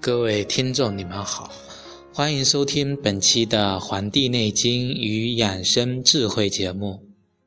各位听众你们好，欢迎收听本期的《黄帝内经与养生智慧》节目。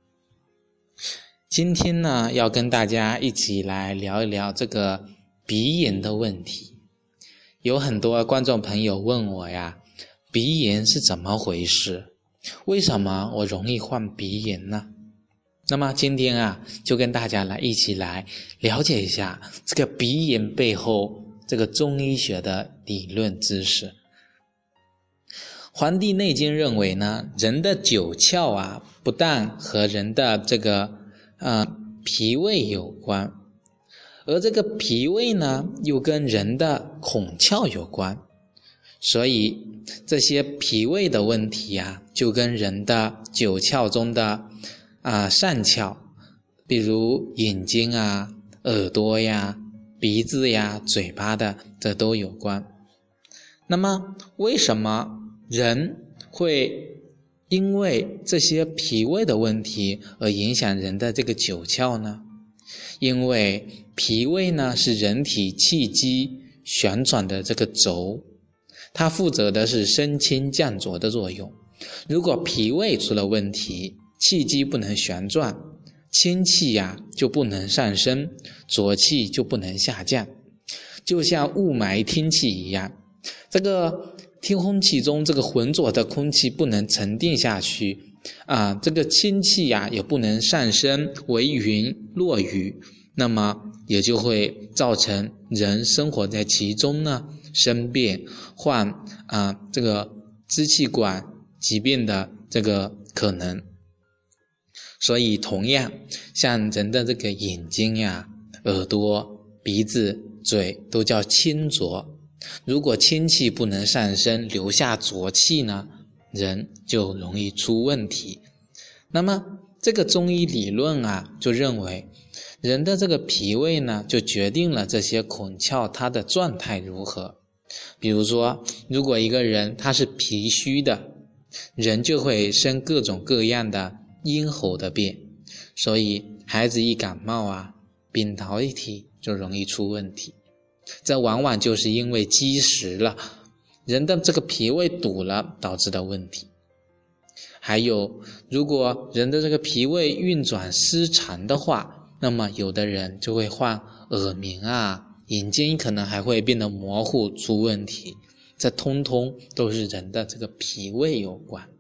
今天呢，要跟大家一起来聊一聊这个鼻炎的问题。有很多观众朋友问我呀，鼻炎是怎么回事？为什么我容易患鼻炎呢？那么今天啊，就跟大家一起来了解一下这个鼻炎背后这个中医学的理论知识。《黄帝内经》认为呢，人的九窍啊，不但和人的这个脾胃有关，而这个脾胃呢，又跟人的孔窍有关。所以这些脾胃的问题啊，就跟人的九窍中的上窍，比如眼睛啊、耳朵呀、鼻子呀、嘴巴的，这都有关。那么为什么人会因为这些脾胃的问题而影响人的这个九窍呢？因为脾胃呢是人体气机旋转的这个轴，它负责的是升清降浊的作用。如果脾胃出了问题，气机不能旋转，清气呀就不能上升，浊气就不能下降。就像雾霾天气一样，这个天空气中这个浑浊的空气不能沉淀下去这个清气呀也不能上升为云落雨，那么也就会造成人生活在其中呢生病患这个支气管疾病的这个可能。所以同样像人的这个眼睛呀、耳朵、鼻子、嘴都叫清浊，如果清气不能上升，留下浊气呢，人就容易出问题。那么这个中医理论就认为人的这个脾胃呢，就决定了这些孔窍它的状态如何。比如说，如果一个人他是脾虚的，人就会生各种各样的咽喉的病，所以孩子一感冒扁桃体就容易出问题。这往往就是因为积食了，人的这个脾胃堵了导致的问题。还有，如果人的这个脾胃运转失常的话，那么有的人就会患耳鸣眼睛可能还会变得模糊出问题。这通通都是人的这个脾胃有关。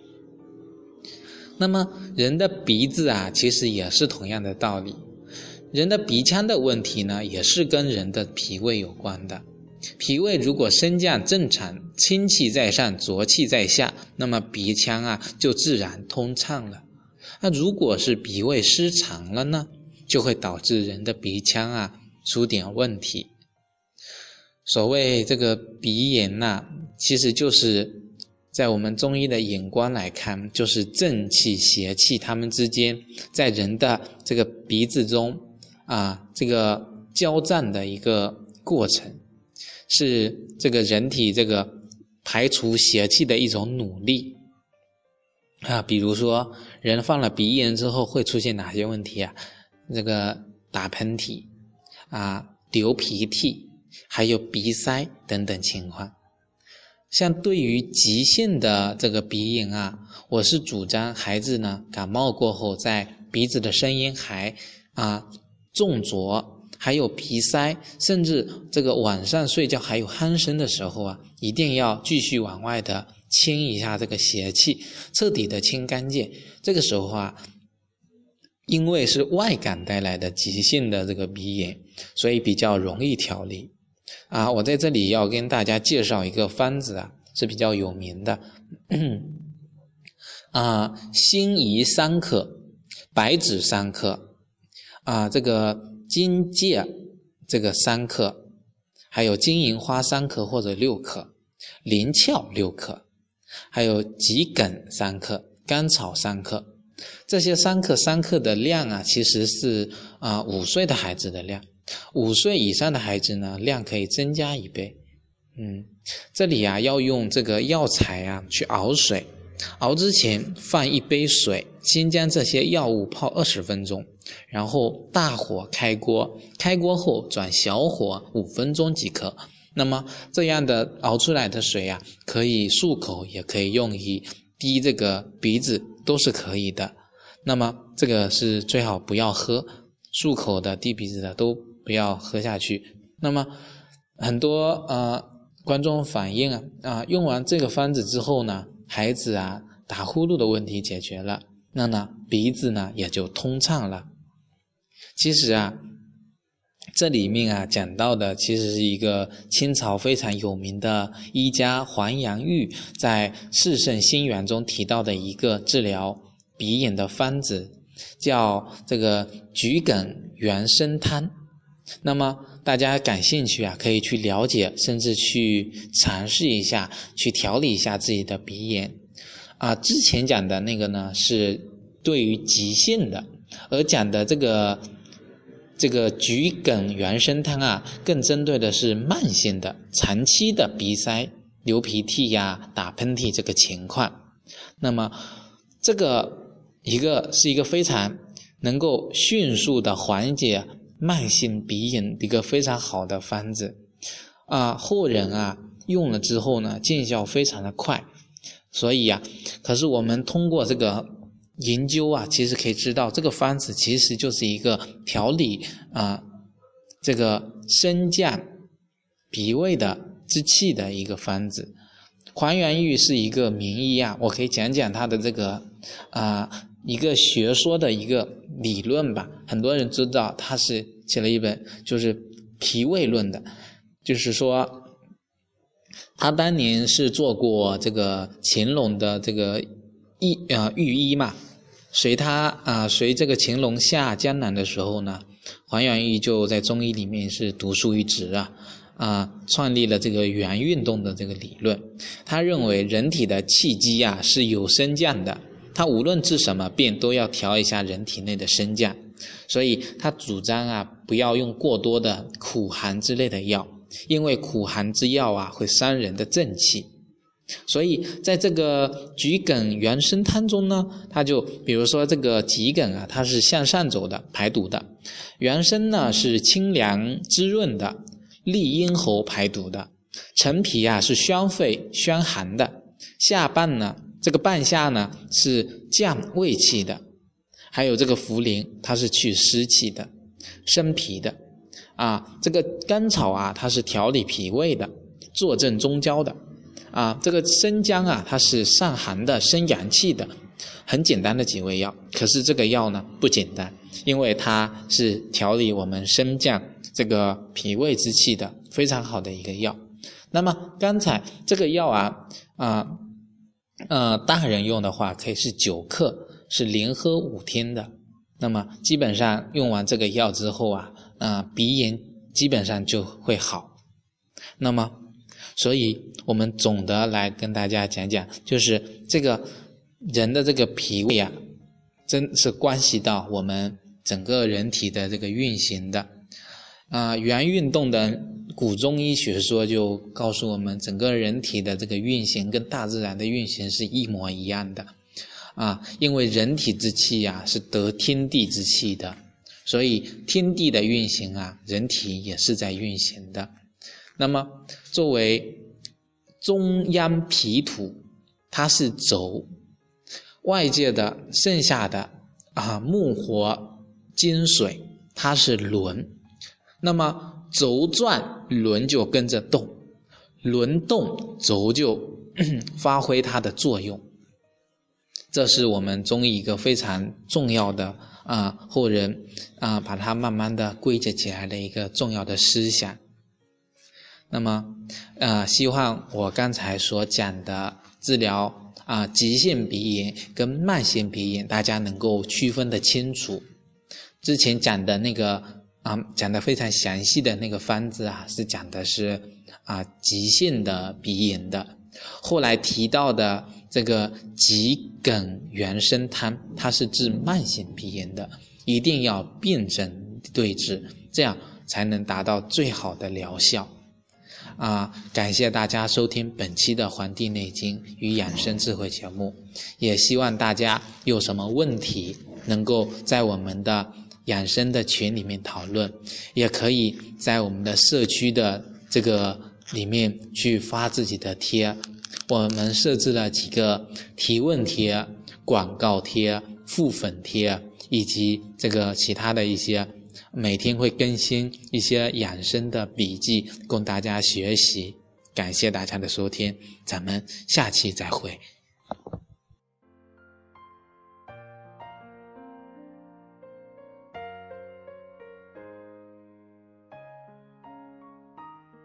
那么人的鼻子其实也是同样的道理。人的鼻腔的问题呢，也是跟人的脾胃有关的。脾胃如果升降正常，清气在上，浊气在下，那么鼻腔就自然通畅了。那如果是脾胃失常了呢，就会导致人的鼻腔出点问题。所谓这个鼻炎其实就是在我们中医的眼光来看，就是正气邪气它们之间在人的这个鼻子中这个交战的一个过程，是这个人体这个排除邪气的一种努力比如说人犯了鼻炎之后会出现哪些问题这个打喷嚏流鼻涕，还有鼻塞等等情况。像对于急性的这个鼻炎我是主张孩子呢感冒过后，在鼻子的声音还重浊，还有鼻塞，甚至这个晚上睡觉还有鼾声的时候一定要继续往外的清一下这个邪气，彻底的清干净。这个时候因为是外感带来的急性的这个鼻炎，所以比较容易调理我在这里要跟大家介绍一个方子是比较有名的辛夷3克，白芷3克这个荆芥这个3克，还有金银花3克或者6克，灵翘6克，还有桔梗3克，甘草3克。这些3克3克的量其实是5岁的孩子的量，5岁以上的孩子呢量可以增加1倍。这里要用这个药材去熬水，熬之前放1杯水，先将这些药物泡20分钟，然后大火开锅，开锅后转小火5分钟即可。 那么这样的熬出来的水啊，可以漱口，也可以用于滴这个鼻子，都是可以的。那么这个是最好不要喝，漱口的、滴鼻子的都不要喝下去。那么很多观众反映用完这个方子之后呢，孩子打呼噜的问题解决了，那呢鼻子呢也就通畅了。其实这里面讲到的其实是一个清朝非常有名的医家黄阳玉在《释圣心源》中提到的一个治疗鼻炎的方子，叫这个桔梗原参汤。那么大家感兴趣可以去了解，甚至去尝试一下，去调理一下自己的鼻炎之前讲的那个呢是对于急性的，而讲的这个桔梗原参汤更针对的是慢性的、长期的鼻塞、流鼻涕打喷嚏这个情况。那么这个是一个非常能够迅速的缓解慢性鼻炎的一个非常好的方子后人用了之后呢，见效非常的快。所以可是我们通过这个研究其实可以知道，这个方子其实就是一个调理这个升降鼻胃的之气的一个方子。黄元玉是一个名医我可以讲讲他的这个一个学说的一个理论吧。很多人知道他是写了一本就是脾胃论的，就是说他当年是做过这个乾隆的这个御医嘛。随这个乾隆下江南的时候呢，黄元玉就在中医里面是独树一帜创立了这个元运动的这个理论。他认为人体的气机是有升降的，他无论治什么病都要调一下人体内的升降，所以他主张不要用过多的苦寒之类的药，因为苦寒之药会伤人的正气。所以在这个桔梗原参汤中呢，它就比如说这个桔梗它是向上走的，排毒的；原参呢是清凉滋润的，利咽喉排毒的；陈皮是宣肺宣寒的；下半呢，这个半夏呢是降胃气的；还有这个茯苓它是去湿气的，生脾的这个甘草它是调理脾胃的，坐镇中焦的这个生姜它是散寒的，生阳气的。很简单的几味药，可是这个药呢不简单，因为它是调理我们升降这个脾胃之气的非常好的一个药。那么刚才这个药大人用的话可以是9克，是连喝5天的。那么基本上用完这个药之后鼻炎基本上就会好。那么所以我们总的来跟大家讲讲，就是这个人的这个脾胃真是关系到我们整个人体的这个运行的元运动的古中医学说就告诉我们，整个人体的这个运行跟大自然的运行是一模一样的因为人体之气是得天地之气的，所以天地的运行人体也是在运行的。那么作为中央脾土，它是轴，外界的剩下的木火金水它是轮。那么轴转，轮就跟着动，轮动轴就发挥它的作用。这是我们中医一个非常重要的后人把它慢慢的归结起来的一个重要的思想。那么希望我刚才所讲的治疗急性鼻炎跟慢性鼻炎大家能够区分的清楚。之前讲的那个讲的非常详细的那个方子是讲的是急性的鼻炎的，后来提到的这个桔梗原参汤它是治慢性鼻炎的，一定要辨证对治，这样才能达到最好的疗效感谢大家收听本期的《黄帝内经与养生智慧》节目，也希望大家有什么问题能够在我们的养生的群里面讨论，也可以在我们的社区的这个里面去发自己的贴。我们设置了几个提问贴、广告贴、副粉贴，以及这个其他的一些每天会更新一些养生的笔记供大家学习。感谢大家的收听，咱们下期再会。